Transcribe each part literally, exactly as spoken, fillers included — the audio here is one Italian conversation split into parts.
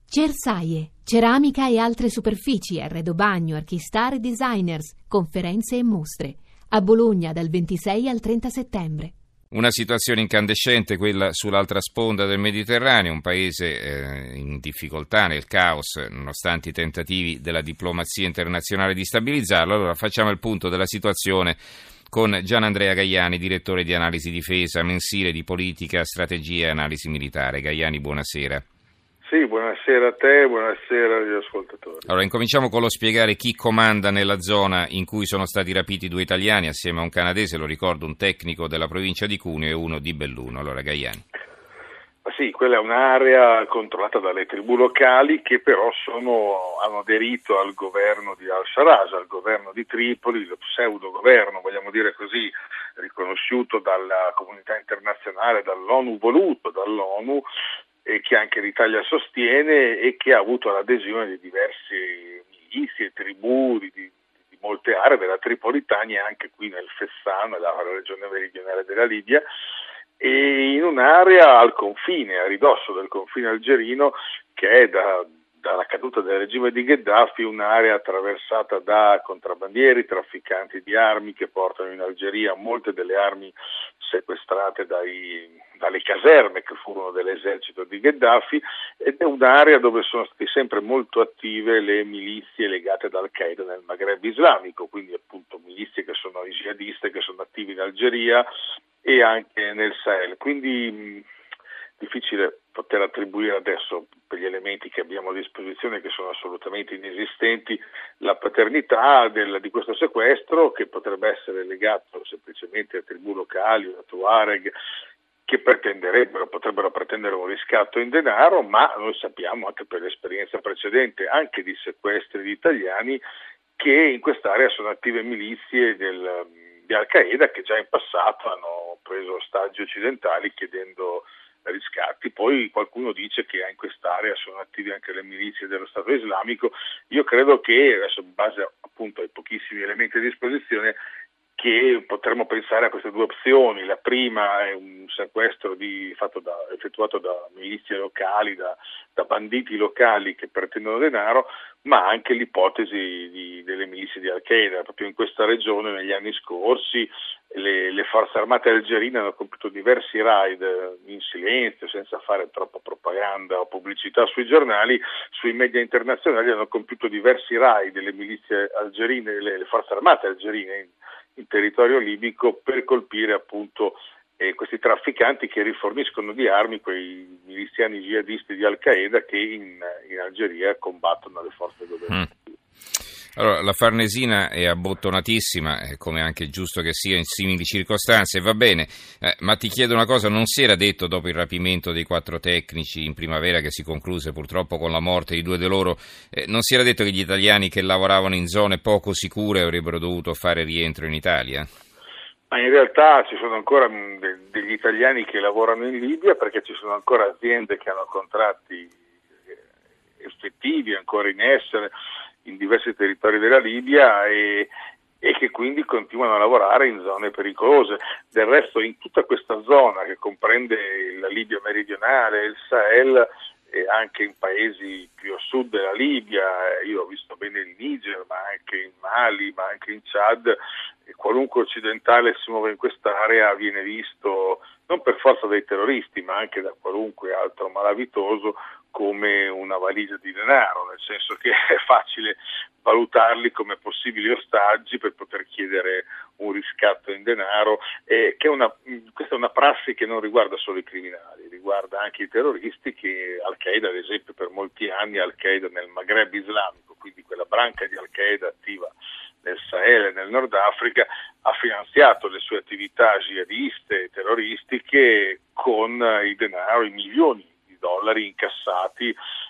Cersaie, ceramica e altre superfici, arredo bagno, archistar e designers, conferenze e mostre. A Bologna dal ventisei al trenta settembre. Una situazione incandescente quella sull'altra sponda del Mediterraneo, un paese eh, in difficoltà, nel caos, nonostante i tentativi della diplomazia internazionale di stabilizzarlo. Allora facciamo il punto della situazione con Gianandrea Gaiani, direttore di Analisi Difesa, mensile di politica, strategia e analisi militare. Gaiani, buonasera. Sì, buonasera a te, buonasera agli ascoltatori. Allora, incominciamo con lo spiegare chi comanda nella zona in cui sono stati rapiti due italiani assieme a un canadese, lo ricordo, un tecnico della provincia di Cuneo e uno di Belluno. Allora, Gaiani. Ma sì, quella è un'area controllata dalle tribù locali che però sono, hanno aderito al governo di al-Sarraj, al governo di Tripoli, lo pseudo governo, vogliamo dire così, riconosciuto dalla comunità internazionale, dall'ONU, voluto dall'ONU, e che anche l'Italia sostiene e che ha avuto l'adesione di diverse milizie e tribù di, di, di molte aree della Tripolitania, anche qui nel Fezzan, la regione meridionale della Libia, e in un'area al confine, a ridosso del confine algerino, che è da, dalla caduta del regime di Gheddafi un'area attraversata da contrabbandieri, trafficanti di armi che portano in Algeria molte delle armi sequestrate dai, dalle caserme che furono dell'esercito di Gheddafi, ed è un'area dove sono state sempre molto attive le milizie legate ad Al-Qaeda nel Maghreb islamico, quindi appunto milizie che sono jihadiste, che sono attive in Algeria e anche nel Sahel. Quindi mh, difficile poter attribuire adesso, per gli elementi che abbiamo a disposizione, che sono assolutamente inesistenti, la paternità del, di questo sequestro, che potrebbe essere legato semplicemente a tribù locali o a Tuareg, che pretenderebbero, potrebbero pretendere un riscatto in denaro, ma noi sappiamo anche per l'esperienza precedente, anche di sequestri di italiani, che in quest'area sono attive milizie del, di Al-Qaeda che già in passato hanno preso ostaggi occidentali chiedendo riscatti. Poi qualcuno dice che in quest'area sono attive anche le milizie dello Stato islamico. Io credo che, adesso in base appunto ai pochissimi elementi a disposizione, che potremmo pensare a queste due opzioni. La prima è un sequestro di, fatto da, effettuato da milizie locali, da, da banditi locali che pretendono denaro, ma anche l'ipotesi di, delle milizie di Al-Qaeda. Proprio in questa regione negli anni scorsi le, le forze armate algerine hanno compiuto diversi raid in silenzio, senza fare troppa propaganda o pubblicità sui giornali, sui media internazionali. Hanno compiuto diversi raid le milizie algerine, le, le forze armate algerine in, in territorio libico, per colpire appunto eh, questi trafficanti che riforniscono di armi quei miliziani jihadisti di Al-Qaeda che in, in Algeria combattono le forze governative. Mm. Allora, la Farnesina è abbottonatissima, eh, come anche è giusto che sia in simili circostanze, va bene, eh, ma ti chiedo una cosa: non si era detto, dopo il rapimento dei quattro tecnici in primavera, che si concluse purtroppo con la morte di due di loro, eh, non si era detto che gli italiani che lavoravano in zone poco sicure avrebbero dovuto fare rientro in Italia? Ma in realtà ci sono ancora de- degli italiani che lavorano in Libia, perché ci sono ancora aziende che hanno contratti effettivi ancora in essere in diversi territori della Libia e, e che quindi continuano a lavorare in zone pericolose. Del resto, in tutta questa zona che comprende la Libia meridionale, il Sahel, e anche in paesi più a sud della Libia, io ho visto bene il Niger, ma anche in Mali, ma anche in Chad, e qualunque occidentale si muove in quest'area viene visto non per forza dai terroristi, ma anche da qualunque altro malavitoso, come una valigia di denaro, nel senso che è facile valutarli come possibili ostaggi per poter chiedere un riscatto in denaro, e che è una, questa è una prassi che non riguarda solo i criminali, riguarda anche i terroristi, che Al-Qaeda, ad esempio, per molti anni Al-Qaeda nel Maghreb islamico, quindi quella branca di Al-Qaeda attiva nel Sahel e nel Nord Africa, ha finanziato le sue attività jihadiste e terroristiche con il denaro, i milioni di dollari incassati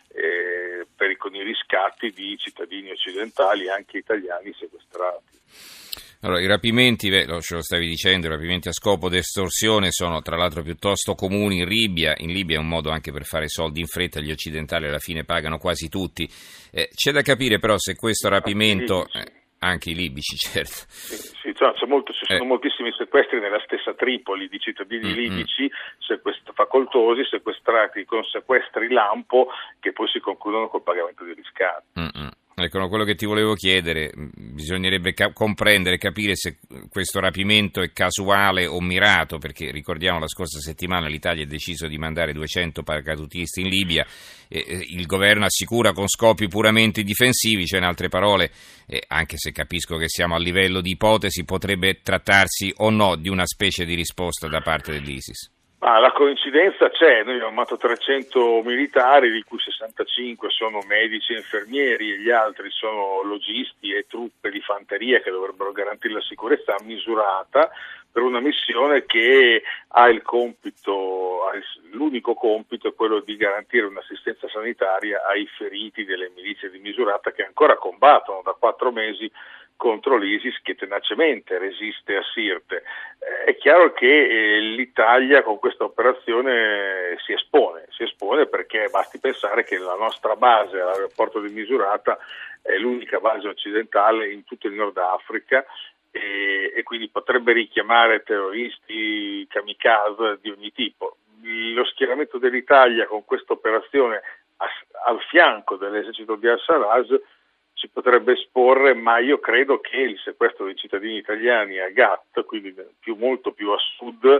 eh, per, con i riscatti di cittadini occidentali, anche italiani, sequestrati. Allora, i rapimenti, beh, lo, ce lo stavi dicendo, i rapimenti a scopo di estorsione sono tra l'altro piuttosto comuni in Libia. In Libia è un modo anche per fare soldi in fretta, gli occidentali alla fine pagano quasi tutti. Eh, c'è da capire però se questo rapimento... Eh, Anche i libici, certo. Sì, sì, cioè, c'è molto, ci sono eh. moltissimi sequestri nella stessa Tripoli di cittadini Mm-hmm. libici sequest- facoltosi, sequestrati con sequestri lampo che poi si concludono col pagamento di riscatti. Mm-hmm. Ecco, quello che ti volevo chiedere, bisognerebbe ca- comprendere, capire se questo rapimento è casuale o mirato, perché ricordiamo la scorsa settimana l'Italia ha deciso di mandare duecento paracadutisti in Libia, e, e il governo assicura con scopi puramente difensivi, cioè in altre parole, eh, anche se capisco che siamo a livello di ipotesi, potrebbe trattarsi o no di una specie di risposta da parte dell'ISIS. Ah, la coincidenza c'è, noi abbiamo mandato trecento militari, di cui sessantacinque sono medici e infermieri e gli altri sono logisti e truppe di fanteria che dovrebbero garantire la sicurezza a Misurata per una missione che ha il compito, ha il, l'unico compito è quello di garantire un'assistenza sanitaria ai feriti delle milizie di Misurata che ancora combattono da quattro mesi contro l'ISIS che tenacemente resiste a Sirte. Eh, è chiaro che eh, l'Italia con questa operazione si espone, si espone perché basti pensare che la nostra base all'aeroporto di Misurata è l'unica base occidentale in tutto il Nord Africa e, e quindi potrebbe richiamare terroristi kamikaze di ogni tipo. Lo schieramento dell'Italia con questa operazione a, al fianco dell'esercito di al-Sarraj ci potrebbe esporre, ma io credo che il sequestro dei cittadini italiani a Gat, quindi più, molto più a sud,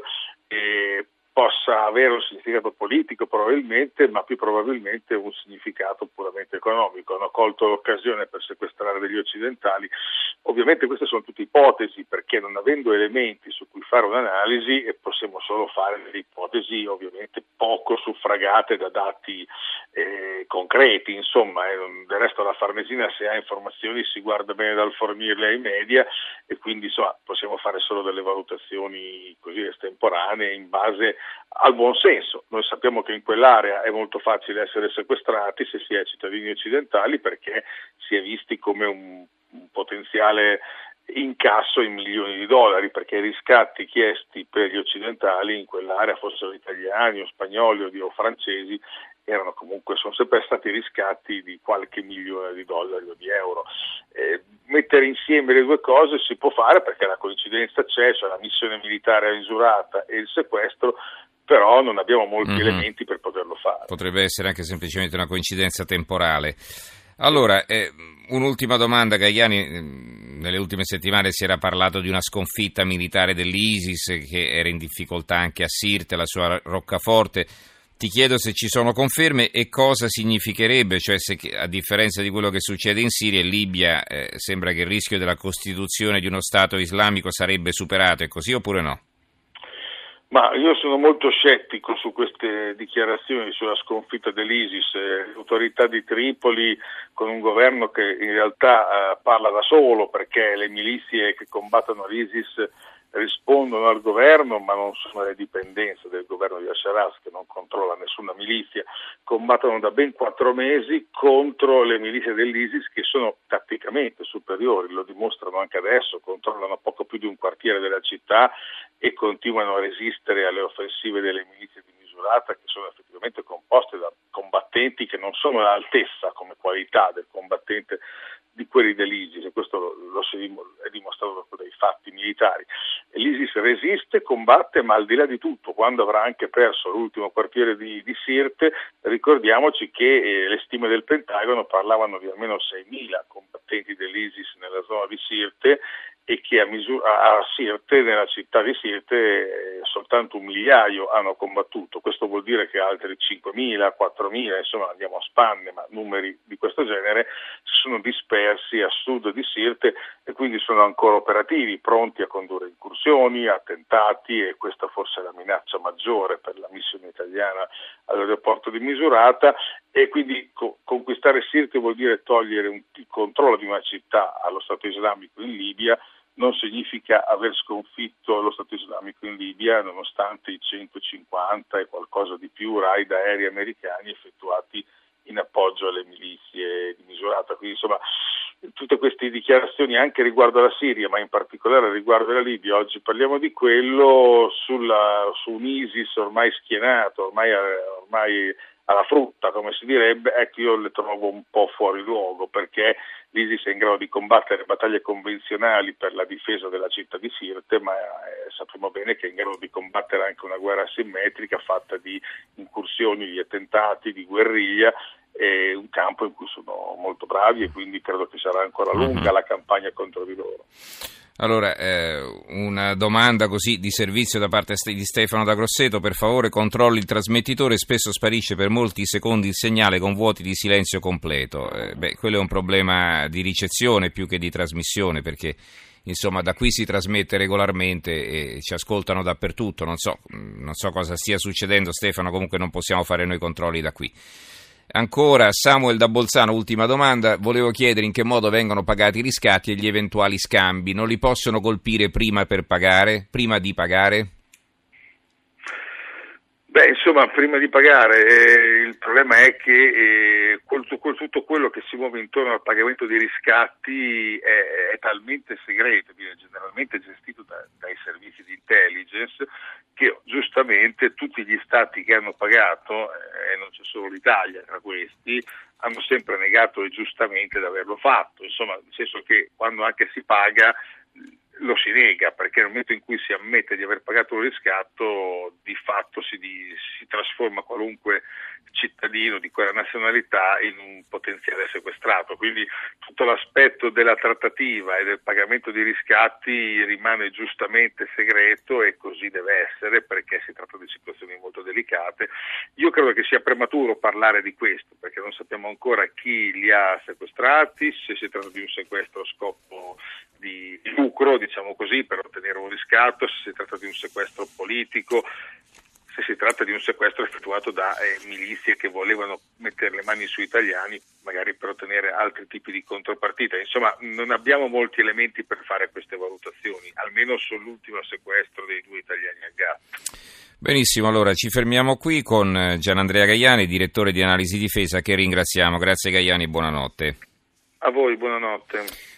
eh, possa avere un significato politico probabilmente, ma più probabilmente un significato puramente economico. Hanno colto l'occasione per sequestrare degli occidentali. Ovviamente queste sono tutte ipotesi, perché non avendo elementi su cui fare un'analisi possiamo solo fare delle ipotesi ovviamente poco suffragate da dati eh, concreti. Insomma, eh, del resto la Farnesina, se ha informazioni, si guarda bene dal fornirle ai media e quindi insomma, possiamo fare solo delle valutazioni così estemporanee in base al buon senso. Noi sappiamo che in quell'area è molto facile essere sequestrati se si è cittadini occidentali, perché si è visti come un, un potenziale incasso in milioni di dollari, perché i riscatti chiesti per gli occidentali in quell'area, fossero italiani o spagnoli o, di, o francesi, erano comunque, sono sempre stati riscatti di qualche milione di dollari o di euro. Eh, mettere insieme le due cose si può fare perché la coincidenza c'è, cioè la missione militare a Misurata e il sequestro, però non abbiamo molti mm-hmm. elementi per poterlo fare. Potrebbe essere anche semplicemente una coincidenza temporale. Allora, eh, un'ultima domanda, Gaiani. Nelle ultime settimane si era parlato di una sconfitta militare dell'ISIS che era in difficoltà anche a Sirte, la sua roccaforte. Ti chiedo se ci sono conferme e cosa significherebbe, cioè se a differenza di quello che succede in Siria, in Libia eh, sembra che il rischio della costituzione di uno Stato islamico sarebbe superato, è così oppure no? Ma io sono molto scettico su queste dichiarazioni sulla sconfitta dell'ISIS. Le autorità di Tripoli, con un governo che in realtà eh, parla da solo, perché le milizie che combattono l'ISIS rispondono al governo, ma non sono le dipendenze del governo di al-Sarraj, che non controlla nessuna milizia, combattono da ben quattro mesi contro le milizie dell'ISIS che sono tatticamente superiori, lo dimostrano anche adesso, controllano poco più di un quartiere della città e continuano a resistere alle offensive delle milizie di Misurata, che sono effettivamente composte da combattenti che non sono all'altezza come qualità del combattente di quelli dell'ISIS, e questo lo, lo si è dimostrato dai fatti militari. L'ISIS resiste, combatte, ma al di là di tutto, quando avrà anche perso l'ultimo quartiere di, di Sirte, ricordiamoci che eh, le stime del Pentagono parlavano di almeno seimila combattenti dell'ISIS nella zona di Sirte e che a, misura, a Sirte, nella città di Sirte, eh, soltanto un migliaio hanno combattuto. Questo vuol dire che altri cinquemila, quattromila, insomma andiamo a spanne, ma numeri di questo genere si sono dispersi a sud di Sirte e quindi sono ancora operativi, pronti a condurre incursioni, attentati, e questa forse è la minaccia maggiore per la missione italiana all'aeroporto di Misurata. E quindi co- conquistare Sirte vuol dire togliere un, il controllo di una città allo Stato islamico in Libia. Non significa aver sconfitto lo Stato islamico in Libia, nonostante i centocinquanta e qualcosa di più raid aerei americani effettuati in appoggio alle milizie di Misurata. Quindi insomma tutte queste dichiarazioni anche riguardo alla Siria, ma in particolare riguardo alla Libia, oggi parliamo di quello, sulla, su un ISIS ormai schienato, ormai, ormai alla frutta, come si direbbe, ecco, io le trovo un po' fuori luogo, perché l'ISIS è in grado di combattere battaglie convenzionali per la difesa della città di Sirte, ma eh, sappiamo bene che è in grado di combattere anche una guerra asimmetrica fatta di incursioni, di attentati, di guerriglia. È un campo in cui sono molto bravi e quindi credo che sarà ancora lunga mm-hmm. la campagna contro di loro. Allora, eh, una domanda così di servizio da parte di Stefano da Grosseto: per favore controlli il trasmettitore, spesso sparisce per molti secondi il segnale con vuoti di silenzio completo. Eh, beh, quello è un problema di ricezione più che di trasmissione, perché insomma da qui si trasmette regolarmente e ci ascoltano dappertutto. Non so, non so cosa stia succedendo, Stefano, comunque non possiamo fare noi controlli da qui. Ancora Samuel da Bolzano, ultima domanda, volevo chiedere in che modo vengono pagati i riscatti e gli eventuali scambi. Non li possono colpire prima per pagare, prima di pagare? Beh, insomma, prima di pagare, eh, il problema è che eh, tutto quello che si muove intorno al pagamento dei riscatti è, è talmente segreto, viene generalmente gestito da, dai servizi di intelligence, che giustamente tutti gli stati che hanno pagato, e eh, non c'è solo l'Italia tra questi, hanno sempre negato e giustamente di averlo fatto. Insomma, nel senso che quando anche si paga lo si nega, perché nel momento in cui si ammette di aver pagato un riscatto, di fatto si, di, si trasforma qualunque cittadino di quella nazionalità in un potenziale sequestrato. Quindi tutto l'aspetto della trattativa e del pagamento dei riscatti rimane giustamente segreto, e così deve essere, perché si tratta di situazioni molto delicate. Io credo che sia prematuro parlare di questo, perché non sappiamo ancora chi li ha sequestrati, se si tratta di un sequestro a scopo di lucro, diciamo così, per ottenere un riscatto, se si tratta di un sequestro politico, se si tratta di un sequestro effettuato da eh, milizie che volevano mettere le mani sui italiani, magari per ottenere altri tipi di contropartita. Insomma, non abbiamo molti elementi per fare queste valutazioni, almeno sull'ultimo sequestro dei due italiani a Gatti. Benissimo, allora ci fermiamo qui con Gianandrea Gaiani, direttore di Analisi Difesa, che ringraziamo. Grazie Gaiani, buonanotte. A voi, buonanotte.